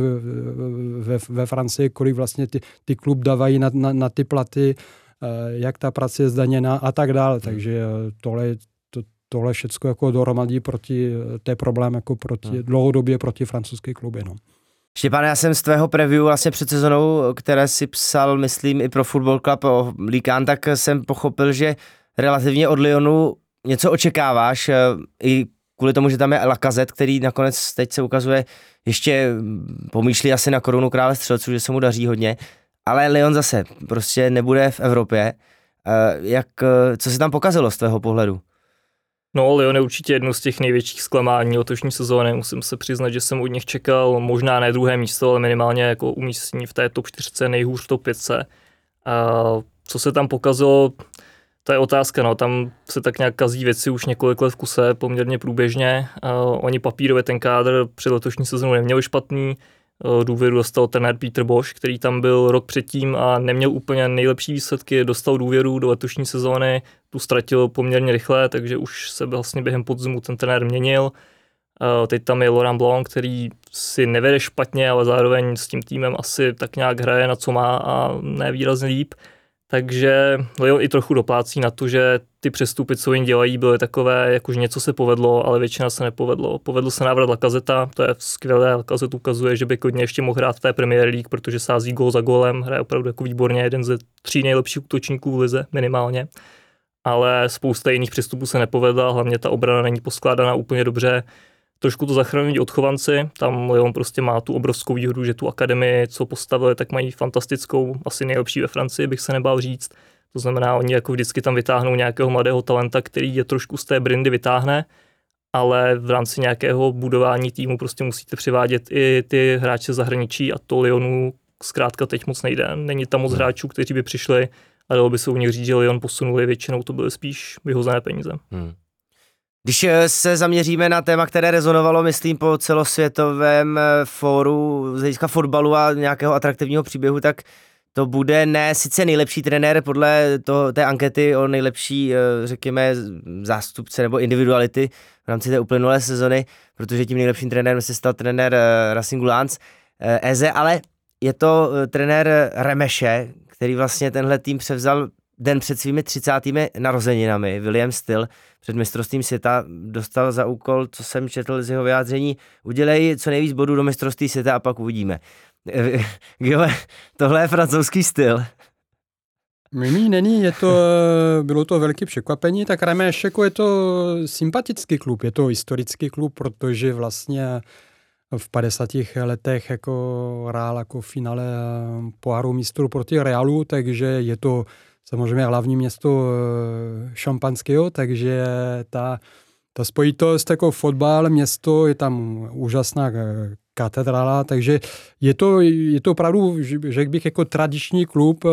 ve, ve Francii, kolik vlastně ty, ty klub dávají na, na, na ty platy, jak ta práce je zdaněná a tak dále. Takže tohle, to, tohle všecko jako dohromadí proti té problém jako proti, hmm. dlouhodobě proti francouzské kluby. No. Štěpáne, já jsem z tvého preview vlastně před sezonou, které si psal, myslím, i pro Football Club o Ligue jedna, tak jsem pochopil, že relativně od Lyonu něco očekáváš, i kvůli tomu, že tam je Lacazette, který nakonec teď se ukazuje, ještě pomýšlí asi na korunu krále střelců, že se mu daří hodně, ale Lyon zase prostě nebude v Evropě. Jak, co se tam pokazilo z tvého pohledu? No, Lyon je určitě jedno z těch největších zklamání letošní sezóny. Musím se přiznat, že jsem od nich čekal možná ne druhé místo, ale minimálně jako umístění v té top čtyřce, nejhůř v top pětce. A co se tam pokazilo, to je otázka, no, tam se tak nějak kazí věci už několik let v kuse, poměrně průběžně. Uh, oni papírově ten kádr před letošní sezónou neměli špatný, uh, důvěru dostal trenér Peter Bosz, který tam byl rok předtím a neměl úplně nejlepší výsledky, dostal důvěru do letošní sezóny, tu ztratil poměrně rychle, takže už se vlastně během podzimu ten trenér měnil. Uh, teď tam je Laurent Blanc, který si nevede špatně, ale zároveň s tím týmem asi tak nějak hraje na co má a ne výrazně líp. Takže Lyon i trochu doplácí na to, že ty přestupy, co jim dělají, byly takové, jakože něco se povedlo, ale většina se nepovedlo. Povedl se návrat Lacazetta, to je skvělé, Lacazette ukazuje, že by klidně ještě mohl hrát v té Premier League, protože sází gól za gólem, hraje opravdu jako výborně, jeden ze tří nejlepších útočníků v lize minimálně. Ale spousta jiných přestupů se nepovedla, hlavně ta obrana není poskládaná úplně dobře. Trošku to zachrání odchovanci, tam Lyon prostě má tu obrovskou výhodu, že tu akademii, co postavili, tak mají fantastickou, asi nejlepší ve Francii, bych se nebál říct. To znamená, oni jako vždycky tam vytáhnou nějakého mladého talenta, který je trošku z té brindy vytáhne, ale v rámci nějakého budování týmu prostě musíte přivádět i ty hráče zahraničí a to Lyonu zkrátka teď moc nejde. Není tam moc hráčů, kteří by přišli a dalo by se u nich říct, že Lyon posunuli, většinou to byly spíš vyhozené peníze. Hmm. Když se zaměříme na téma, které rezonovalo, myslím, po celosvětovém fóru z hlediska fotbalu a nějakého atraktivního příběhu, tak to bude ne sice nejlepší trenér podle toho, té ankety o nejlepší, řekněme, zástupce nebo individuality v rámci té uplynulé sezony, protože tím nejlepším trenérem se stal trenér Racingu Lens, Eze, ale je to trenér Remeše, který vlastně tenhle tým převzal den před svými třicátými narozeninami. William Still před mistrovstvím světa dostal za úkol, co jsem četl z jeho vyjádření, udělej co nejvíc bodů do mistrovství světa a pak uvidíme. Tohle je francouzský styl. Mimi není, je to, bylo to velké překvapení, tak Remeš jako je to sympatický klub, je to historický klub, protože vlastně v padesátých letech jako hrál jako v finále poháru mistrů proti Realu, takže je to samozřejmě hlavní město šampanského, takže ta, ta spojitost jako fotbal, město, je tam úžasná katedrála, takže je to, je to opravdu, řekl bych, jako tradiční klub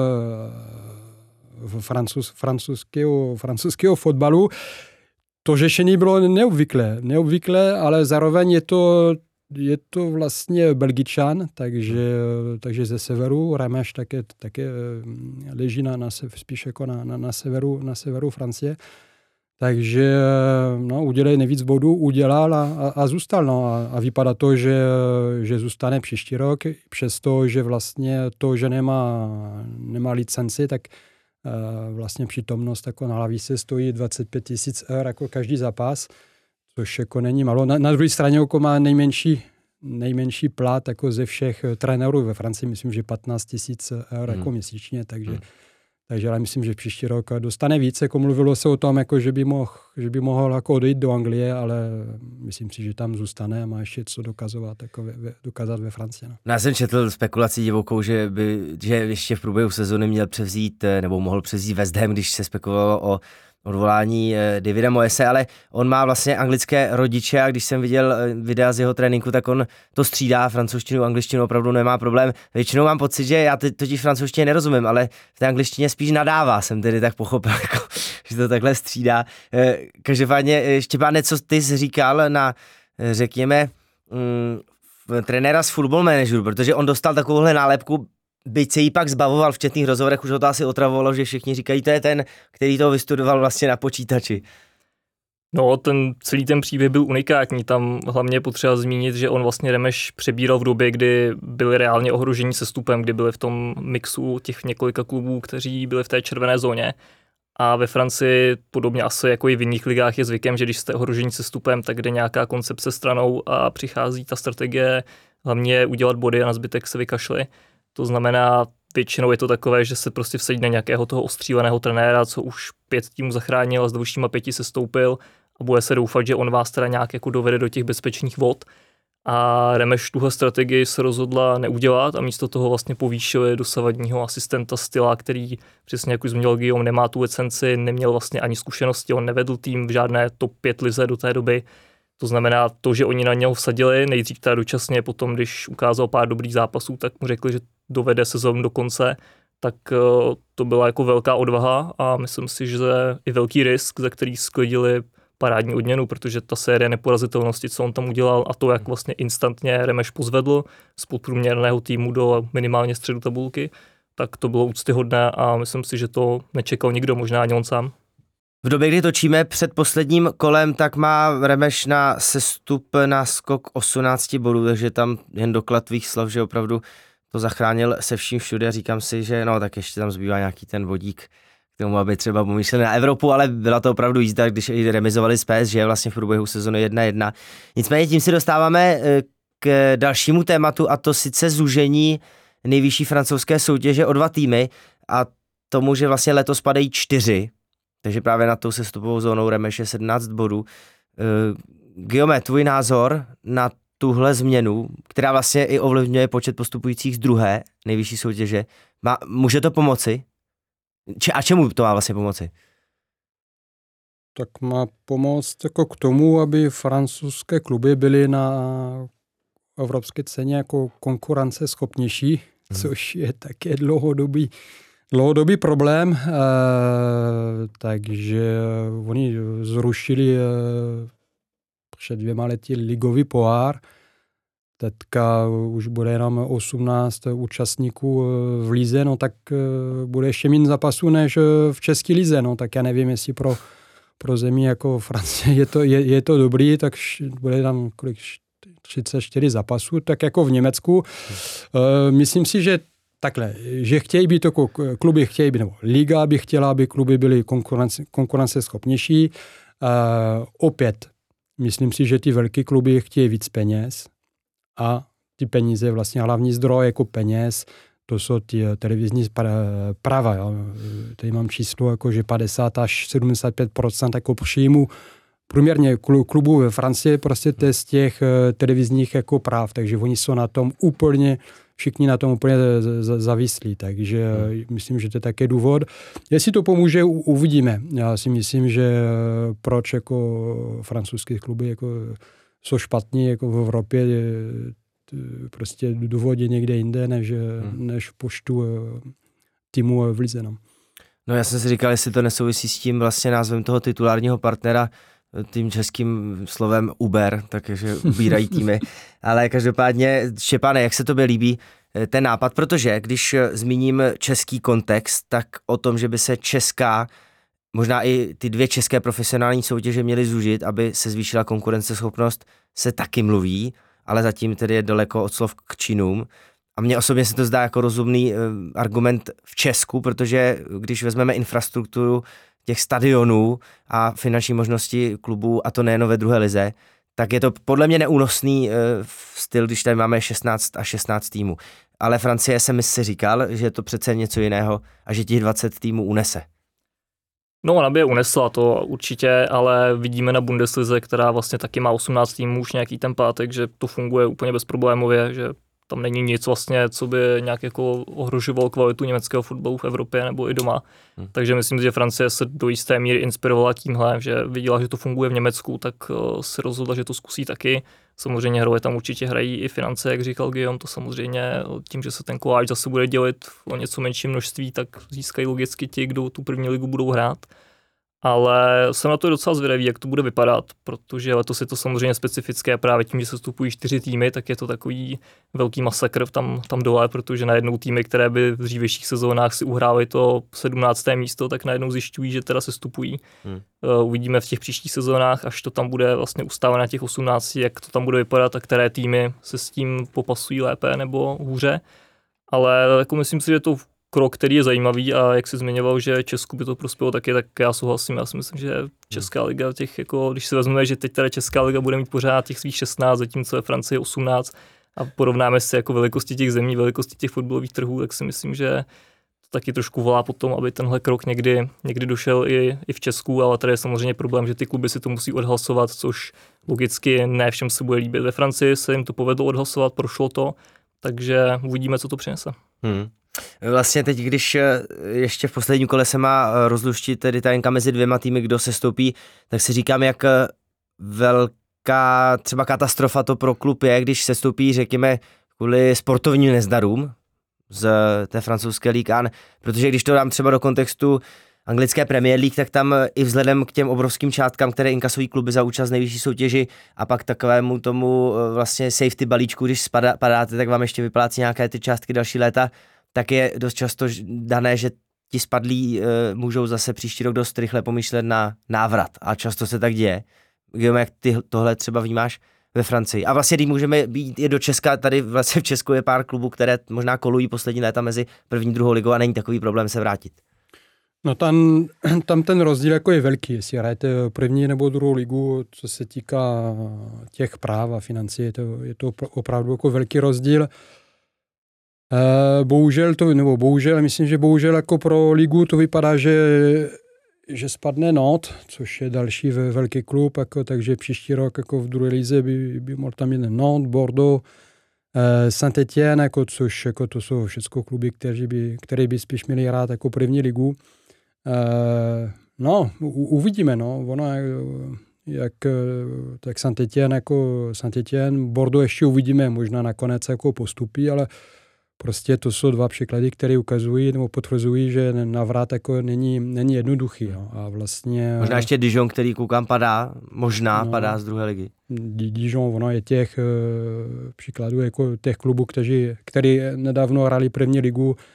francouz, francouzského, francouzského fotbalu. To řešení bylo neobvyklé, neobvyklé, ale zároveň je to Je to vlastně Belgičan, takže, takže ze severu, Remeš také, také leží na, na, spíš jako na, na, na, severu, na severu Francie. takže no, udělej nejvíc bodů, udělal a, a, a zůstal. No. A, a vypadá to, že, že zůstane příští rok, přesto, že vlastně to, že nemá, nemá licenci, tak uh, vlastně přítomnost jako na hlavici stojí dvacet pět tisíc eur jako každý zápas, což jako není málo. Na, na druhé straně jako má nejmenší nejmenší plat jako ze všech trenérů ve Francii, myslím, že patnáct tisíc eur jako hmm. měsíčně, takže, hmm. takže ale myslím, že příští rok dostane víc, jako mluvilo se o tom, jako, že, by mohl, že by mohl jako odejít do Anglie, ale myslím si, že tam zůstane a má ještě co dokazovat, jako ve, ve, dokázat ve Francii. No. Já jsem četl spekulaci divokou, že, by, že ještě v průběhu sezony měl převzít, nebo mohl převzít West Ham, když se spekulovalo o odvolání eh, Davida Moyese, ale on má vlastně anglické rodiče a když jsem viděl eh, videa z jeho tréninku, tak on to střídá, francouzštinu, angličtinu opravdu nemá problém. Většinou mám pocit, že já totiž francouzštině nerozumím, ale v té angličtině spíš nadává, jsem tedy tak pochopil, jako, že to takhle střídá. Eh, každopádně, Štěpáne, co ty jsi říkal na, eh, řekněme, mm, trenéra z Football Manageru, protože on dostal takovouhle nálepku, byť se jí pak zbavoval v četných rozhovorech, už ho to asi otravovalo, že všichni říkají, to je ten, který to vystudoval vlastně na počítači. No, ten celý ten příběh byl unikátní, tam hlavně potřeba zmínit, že on vlastně Remeš přebíral v době, kdy byli reálně ohrožení sestupem, kdy byli v tom mixu těch několika klubů, kteří byli v té červené zóně. A ve Francii, podobně asi jako i v jiných ligách, je zvykem, že když jste ohrožení sestupem, tak jde nějaká koncepce stranou a přichází ta strategie hlavně udělat body a na zbytek se vykašli. To znamená, většinou je to takové, že se prostě vsadí na nějakého toho ostříleného trenéra, co už pět týmů zachránil a s dalšíma pěti se stoupil a bude se doufat, že on vás teda nějak jako dovede do těch bezpečných vod. A Remeš tuhle strategii se rozhodla neudělat a místo toho vlastně povýšili dosavadního asistenta Styla, který přesně jak už zmínil Guillaume, nemá tu licenci, neměl vlastně ani zkušenosti, on nevedl tým v žádné top pět lize do té doby. To znamená to, že oni na něho vsadili, nejdřív teda dočasně, potom když ukázal pár dobrých zápasů, tak mu řekli, že dovede sezónu do konce, tak to byla jako velká odvaha a myslím si, že i velký risk, za který sklidili parádní odměnu, protože ta série neporazitelnosti, co on tam udělal a to, jak vlastně instantně Remeš pozvedl z podprůměrného týmu do minimálně středu tabulky, tak to bylo úctyhodné a myslím si, že to nečekal nikdo, možná ani on sám. V době, kdy točíme před posledním kolem, tak má Remeš na sestup na skok osmnáct bodů, takže tam jen doklad tvých slov, že opravdu to zachránil se vším všude a říkám si, že no tak ještě tam zbývá nějaký ten vodík k tomu, aby třeba pomýšleli na Evropu, ale byla to opravdu jízda, když i remizovali s P S G vlastně v průběhu sezony jedna jedna. Nicméně tím se dostáváme k dalšímu tématu a to sice zúžení nejvyšší francouzské soutěže o dva týmy a tomu, že vlastně letos padají čtyři. Takže právě na tou sestupovou zónou Remeš je sedmnáct bodů. Uh, Guillaume, tvůj názor na tuhle změnu, která vlastně i ovlivňuje počet postupujících z druhé nejvyšší soutěže, má, může to pomoci? Če, a čemu to má vlastně pomoci? Tak má pomoct jako k tomu, aby francouzské kluby byly na evropské ceně jako konkurenceschopnější, hmm. což je také dlouhodobý Dlouhodobý problém, eh, takže oni zrušili eh, před dvěma lety ligový pohár. Teďka už bude jenom osmnáct účastníků v lize, no tak eh, bude ještě méně zápasů než v české lize. No tak já nevím, jestli pro, pro zemi jako Francie je to, je, je to dobrý, tak bude tam kolik, třicet čtyři zápasů, tak jako v Německu. Eh, myslím si, že takhle, že chtějí být, jako kluby chtějí být, nebo liga by chtěla, aby kluby byly konkurence, konkurenceschopnější. Uh, opět, myslím si, že ty velké kluby chtějí víc peněz a ty peníze, vlastně hlavní zdroj jako peněz, to jsou ty televizní práva. Jo. Tady mám číslo, jako, že padesát až sedmdesát pět procent jako příjmu průměrně klubů ve Francii prostě to je z těch televizních jako práv, takže oni jsou na tom úplně všichni na tom úplně zavislí, takže hmm. myslím, že to je také důvod. Jestli to pomůže, uvidíme. Já si myslím, že proč jako francouzské kluby jako jsou špatní jako v Evropě, prostě důvod je někde jinde, než, hmm. než počtu týmu v lize. No. no já jsem si říkal, jestli to nesouvisí s tím vlastně názvem toho titulárního partnera, tím českým slovem Uber, takže ubírají týmy. Ale každopádně, Štěpáne, jak se tobě líbí ten nápad? Protože když zmíním český kontext, tak o tom, že by se česká možná i ty dvě české profesionální soutěže měly zúžit, aby se zvýšila konkurenceschopnost, se taky mluví, ale zatím tedy je daleko od slov k činům. A mně osobně se to zdá jako rozumný uh, argument v Česku, protože když vezmeme infrastrukturu těch stadionů a finanční možnosti klubů, a to nejen ve druhé lize, tak je to podle mě neúnosný uh, styl, když tady máme šestnáct a šestnáct týmů. Ale Francie jsem si říkal, že je to přece něco jiného a že těch dvacet týmů unese. No, ona by je unesla to určitě, ale vidíme na Bundeslize, která vlastně taky má osmnáct týmů už nějaký ten pátek, že to funguje úplně bezproblémově, že tam není nic vlastně, co by nějak jako ohrožovalo kvalitu německého fotbalu v Evropě nebo i doma. Hmm. Takže myslím, že Francie se do jisté míry inspirovala tímhle, že viděla, že to funguje v Německu, tak se rozhodla, že to zkusí taky. Samozřejmě roli tam určitě hrají i finance, jak říkal Guillaume, to samozřejmě tím, že se ten koláč zase bude dělit o něco menší množství, tak získají logicky ti, kdo tu první ligu budou hrát. Ale jsem na to docela zvědavý, jak to bude vypadat, protože letos je to samozřejmě specifické právě tím, že se vstupují čtyři týmy, tak je to takový velký masakr tam, tam dole, protože najednou týmy, které by v dřívějších sezónách si uhrávaly to sedmnácté místo, tak najednou zjišťují, že teda se stupují. Hmm. Uh, uvidíme v těch příštích sezónách, až to tam bude vlastně ustávat na těch osmnácti, jak to tam bude vypadat a které týmy se s tím popasují lépe nebo hůře. Ale jako myslím si, že to krok, který je zajímavý a jak jsi zmiňoval, že Česku by to prospělo taky, tak já souhlasím. Já si myslím, že Česká liga těch, jako, když si vezmeme, že teď teda Česká liga bude mít pořád těch svých šestnáct, zatímco je Francie osmnáct a porovnáme si jako velikosti těch zemí, velikosti těch fotbalových trhů, tak si myslím, že to taky trošku volá potom, aby tenhle krok někdy, někdy došel i, i v Česku, ale tady je samozřejmě problém, že ty kluby si to musí odhlasovat, což logicky ne všem se bude líbit. Ve Francii se jim to povedlo odhlasovat, prošlo to, takže uvidíme, co to přinese. Hmm. Vlastně teď, když ještě v posledním kole se má rozluštit tedy tajenka mezi dvěma týmy, kdo se stoupí, tak si říkám, jak velká třeba katastrofa to pro klub je, když se stoupí, řekněme, kvůli sportovním nezdarům z té francouzské Ligue jedna, protože když to dám třeba do kontextu anglické Premier League, tak tam i vzhledem k těm obrovským částkám, které inkasují kluby za účast nejvyšší soutěži a pak takovému tomu vlastně safety balíčku, když spadá, padáte, tak vám ještě vyplácí nějaké ty částky další léta, tak je dost často dané, že ti spadlí e, můžou zase příští rok dost rychle pomýšlet na návrat a často se tak děje. Guillaume, jak ty tohle třeba vnímáš ve Francii? A vlastně když můžeme být i do Česka, tady vlastně v Česku je pár klubů, které možná kolují poslední léta mezi první a druhou ligou a není takový problém se vrátit. No tam, tam ten rozdíl jako je velký, jestli hrajete první nebo druhou ligu, co se týká těch práv a financí, je to, je to opravdu jako velký rozdíl. Uh, bohužel to, nebo bohužel, myslím, že bohužel jako pro ligu to vypadá, že, že spadne Nantes, což je další velký klub, jako, takže příští rok jako v druhé lize by, by mohl tam jít Nantes, Bordeaux, uh, Saint-Étienne, jako, což jako, to jsou všechno kluby, které by, které by spíš měly hrát jako první ligu. Uh, no, u, uvidíme, no, ono jak tak Saint-Étienne, jako Saint-Étienne, Bordeaux ještě uvidíme, možná nakonec jako postupí, ale prostě to jsou dva příklady, které ukazují nebo potvrzují, že návrat jako není, není jednoduchý. No. A vlastně, možná ještě Dijon, který koukám padá, možná no, padá z druhé ligy. Dijon, ono je těch uh, příkladů jako těch klubů, kteří, který nedávno hráli první ligu uh,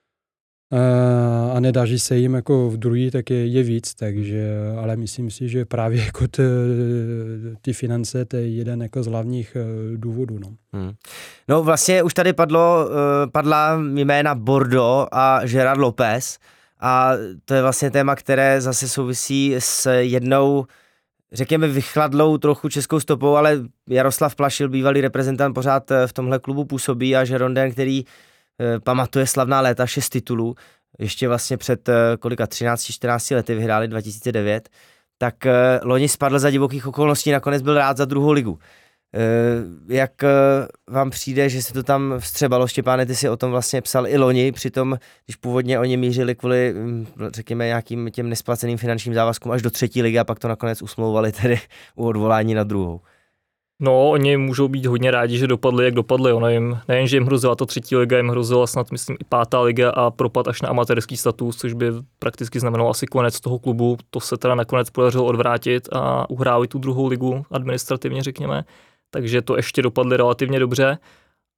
a nedaří se jim jako v druhý, tak je, je víc, takže, ale myslím si, že právě jako t, ty finance, to je jeden jako z hlavních uh, důvodů. No. Hmm. No vlastně už tady padlo, uh, padla jména Bordeaux a Gerard Lopez a to je vlastně téma, které zase souvisí s jednou, řekněme, vychladlou trochu českou stopou, ale Jaroslav Plašil, bývalý reprezentant, pořád v tomhle klubu působí a Girondin, který pamatuje slavná léta, šest titulů, ještě vlastně před kolika třináct čtrnáct lety vyhráli dva tisíce devět, tak loni spadl za divokých okolností, nakonec byl rád za druhou ligu. Jak vám přijde, že se to tam vstřebalo? Štěpáne, ty si o tom vlastně psal i loni, přitom, když původně oni mířili kvůli, řekněme, nějakým těm nesplaceným finančním závazkům až do třetí ligy a pak to nakonec usmlouvali tedy u odvolání na druhou. No, oni můžou být hodně rádi, že dopadli, jak dopadli. Ono jim, nejen, že jim hrozila to třetí liga, jim hrozila snad, myslím, i pátá liga a propad až na amatérský status, což by prakticky znamenalo asi konec toho klubu. To se teda nakonec podařilo odvrátit a uhráli tu druhou ligu administrativně, řekněme. Takže to ještě dopadli relativně dobře.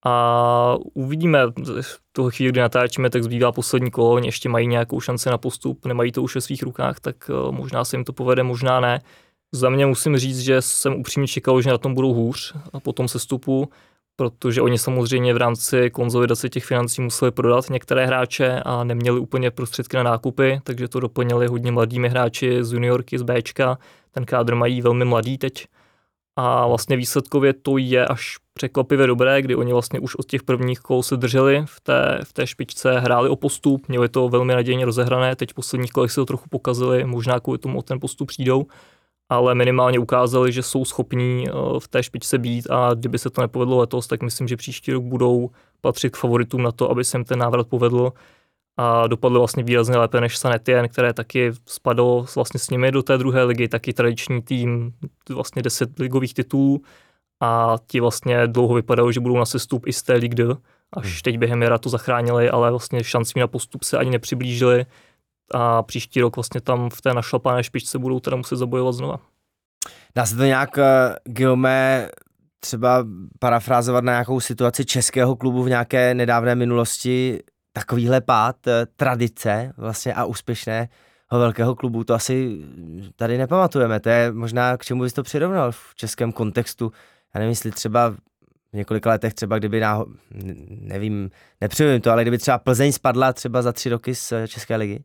A uvidíme, v toho chvíli, kdy natáčíme, tak zbývá poslední kolo, oni ještě mají nějakou šanci na postup, nemají to už ve svých rukách, tak možná se jim to povede, možná ne. Za mě musím říct, že jsem upřímně čekal, že na tom budou hůř a po tom sestupu, protože oni samozřejmě v rámci konsolidace těch financí museli prodat některé hráče a neměli úplně prostředky na nákupy, takže to doplnili hodně mladými hráči z juniorky, z Bčka. Ten kádr mají velmi mladý teď. A vlastně výsledkově to je až překvapivě dobré, kdy oni vlastně už od těch prvních kol se drželi v té, v té špičce, hráli o postup, měli to velmi nadějně rozehrané, teď v posledních kolech se to trochu pokazili, možná kvůli tomu o ten postup přijdou, ale minimálně ukázali, že jsou schopní v té špičce být a kdyby se to nepovedlo letos, tak myslím, že příští rok budou patřit k favoritům na to, aby se jim ten návrat povedl a dopadlo vlastně výrazně lépe než Saint Etienne, které taky spadlo vlastně s nimi do té druhé ligy, taky tradiční tým, vlastně deset ligových titulů a ti vlastně dlouho vypadalo, že budou na sestup i z té Ligue dva, až hmm. teď během jara to zachránili, ale vlastně šancí na postup se ani nepřiblížili a příští rok vlastně tam v té našlapané špičce budou teda muset zabojovat znova. Dá se to nějak, Guillaume, třeba parafrázovat na nějakou situaci českého klubu v nějaké nedávné minulosti, takovýhle pád tradice vlastně a úspěšného velkého klubu, to asi tady nepamatujeme. To je možná, k čemu bys to přirovnal v českém kontextu. Já nevím, jestli třeba v několika letech, třeba kdyby, náho, nevím, nepřivím to, ale kdyby třeba Plzeň spadla třeba za tři roky z České ligy?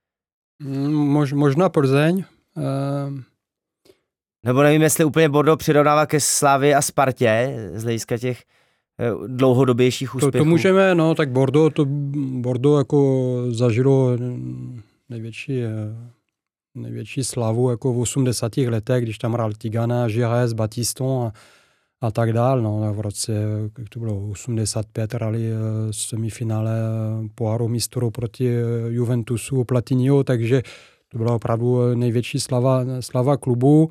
Mož, možná Plzeň. Uh... Nebo nevím, jestli úplně Bordeaux přirovnává ke Slavii a Spartě z hlediska těch dlouhodobějších úspěchů. To, to můžeme, no, tak Bordeaux, to Bordeaux jako zažilo největší, největší slavu jako v osmdesátých letech, když tam hrál Tigana, Giresse, Battiston a, a tak dál. No, v roce, jak to bylo, osmdesát pět hráli semifinále poháru mistrů proti Juventusu, Platinio, takže to byla opravdu největší slava, slava klubu.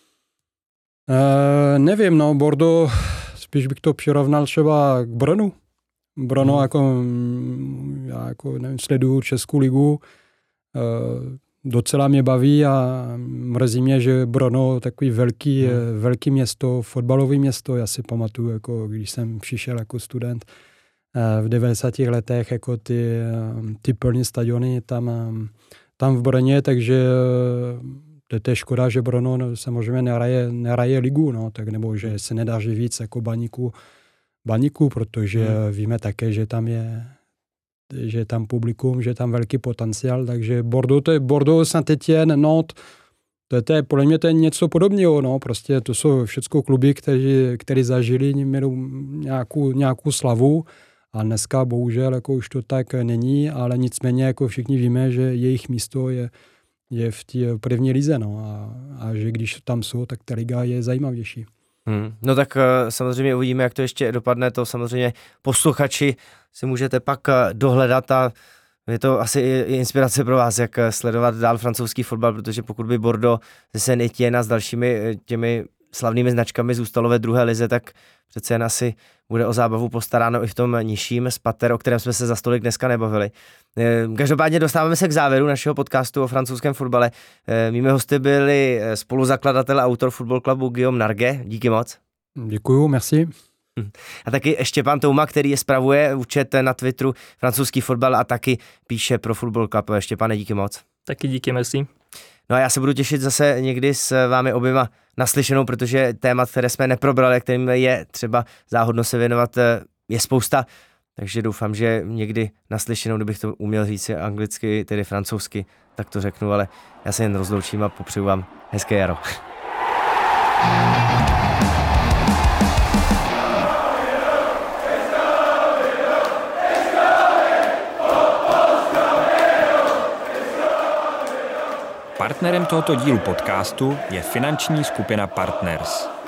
E, nevím, no, Bordeaux, spíš bych to přirovnal třeba k Brnu. Brno hmm. jako, já jako nevím, sleduju Českou ligu, e, docela mě baví a mrzí mě, že Brno takový velký, hmm. velký město, fotbalové město, já si pamatuju, jako když jsem přišel jako student e, v devadesátých letech, jako ty, ty plné stadiony tam, tam v Brně, takže to je škoda, že Brno samozřejmě nehraje, nehraje ligu, no, tak nebo že se nedá živit jako Baníku, Baníku, protože hmm. víme také, že tam je, že je tam publikum, že je tam velký potenciál, takže Bordeaux, to je Bordeaux, Saint-Étienne, Nantes, to je, to je podle mě to je něco podobného, no, prostě to jsou všechno kluby, kteří, kteří zažili, měli nějakou, nějakou slavu a dneska bohužel jako už to tak není, ale nicméně jako všichni víme, že jejich místo je je v té první lize, no, a, a že když tam jsou, tak ta liga je zajímavější. Hmm. No tak uh, samozřejmě uvidíme, jak to ještě dopadne, to samozřejmě posluchači si můžete pak uh, dohledat a je to asi i inspirace pro vás, jak sledovat dál francouzský fotbal, protože pokud by Bordeaux se Saint-Étienne a s dalšími těmi slavnými značkami zůstalo ve druhé lize, tak přece jen asi bude o zábavu postaráno i v tom nižším spater, o kterém jsme se za stolik dneska nebavili. Každopádně dostáváme se k závěru našeho podcastu o francouzském fotbale. Mými hosty byli spoluzakladatel a autor Football Clubu Guillaume Narguet. Díky moc. Děkuju, merci. A taky Štěpán Touma, který je spravuje účet na Twitteru francouzský fotbal a taky píše pro Football Club. Štěpáne, díky moc. Taky díky, merci. No a já se budu těšit zase někdy s vámi oběma naslyšenou, protože témat, které jsme neprobrali, kterým je třeba záhodno se věnovat, je spousta. Takže doufám, že někdy naslyšenou, kdybych to uměl říct anglicky, tedy francouzsky, tak to řeknu, ale já se jen rozloučím a popřeju vám hezké jaro. Partnerem tohoto dílu podcastu je finanční skupina Partners.